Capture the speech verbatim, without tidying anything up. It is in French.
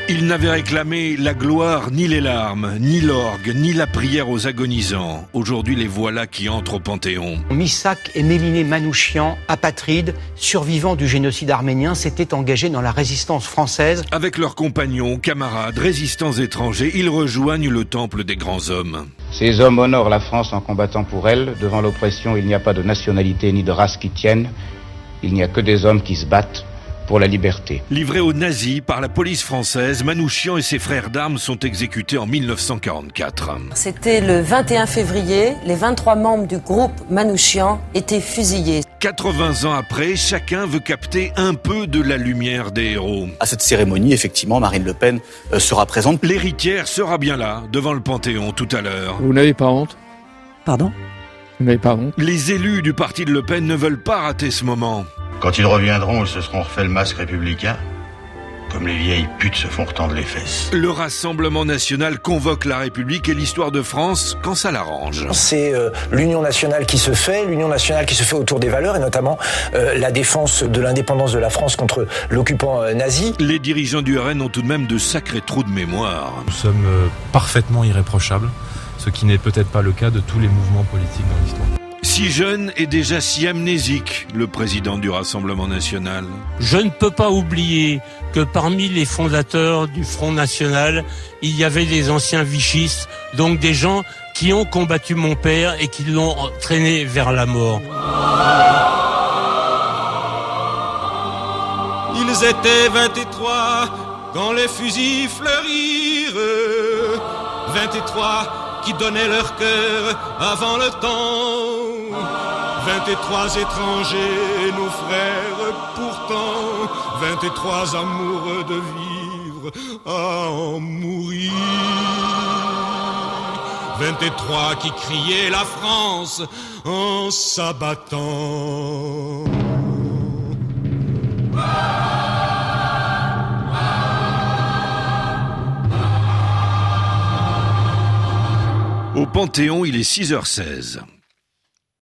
Ils n'avaient réclamé la gloire, ni les larmes, ni l'orgue, ni la prière aux agonisants. Aujourd'hui, les voilà qui entrent au Panthéon. Missak et Méliné Manouchian, apatrides, survivants du génocide arménien, s'étaient engagés dans la résistance française. Avec leurs compagnons, camarades, résistants étrangers, ils rejoignent le temple des grands hommes. Ces hommes honorent la France en combattant pour elle. Devant l'oppression, il n'y a pas de nationalité ni de race qui tienne. Il n'y a que des hommes qui se battent pour la liberté. Livrés aux nazis par la police française, Manouchian et ses frères d'armes sont exécutés en mille neuf cent quarante-quatre. C'était le vingt et un février, les vingt-trois membres du groupe Manouchian étaient fusillés. quatre-vingts ans après, chacun veut capter un peu de la lumière des héros. À cette cérémonie, effectivement, Marine Le Pen euh, sera présente. L'héritière sera bien là, devant le Panthéon, tout à l'heure. Vous n'avez pas honte ? Pardon ? Vous n'avez pas honte ? Les élus du parti de Le Pen ne veulent pas rater ce moment. Quand ils reviendront, ils se seront refait le masque républicain, comme les vieilles putes se font retendre les fesses. Le Rassemblement national convoque la République et l'histoire de France quand ça l'arrange. C'est euh, l'union nationale qui se fait, l'union nationale qui se fait autour des valeurs et notamment euh, la défense de l'indépendance de la France contre l'occupant euh, nazi. Les dirigeants du R N ont tout de même de sacrés trous de mémoire. Nous sommes euh, parfaitement irréprochables, ce qui n'est peut-être pas le cas de tous les mouvements politiques dans l'histoire. Si jeune et déjà si amnésique, le président du Rassemblement national. Je ne peux pas oublier que parmi les fondateurs du Front National, il y avait des anciens vichistes, donc des gens qui ont combattu mon père et qui l'ont traîné vers la mort. Ils étaient vingt-trois quand les fusils fleurirent, vingt-trois qui donnaient leur cœur avant le temps. vingt-trois étrangers, nos frères pourtant, vingt-trois amoureux de vivre à en mourir. vingt-trois qui criaient la France en s'abattant. Au Panthéon, il est six heures seize.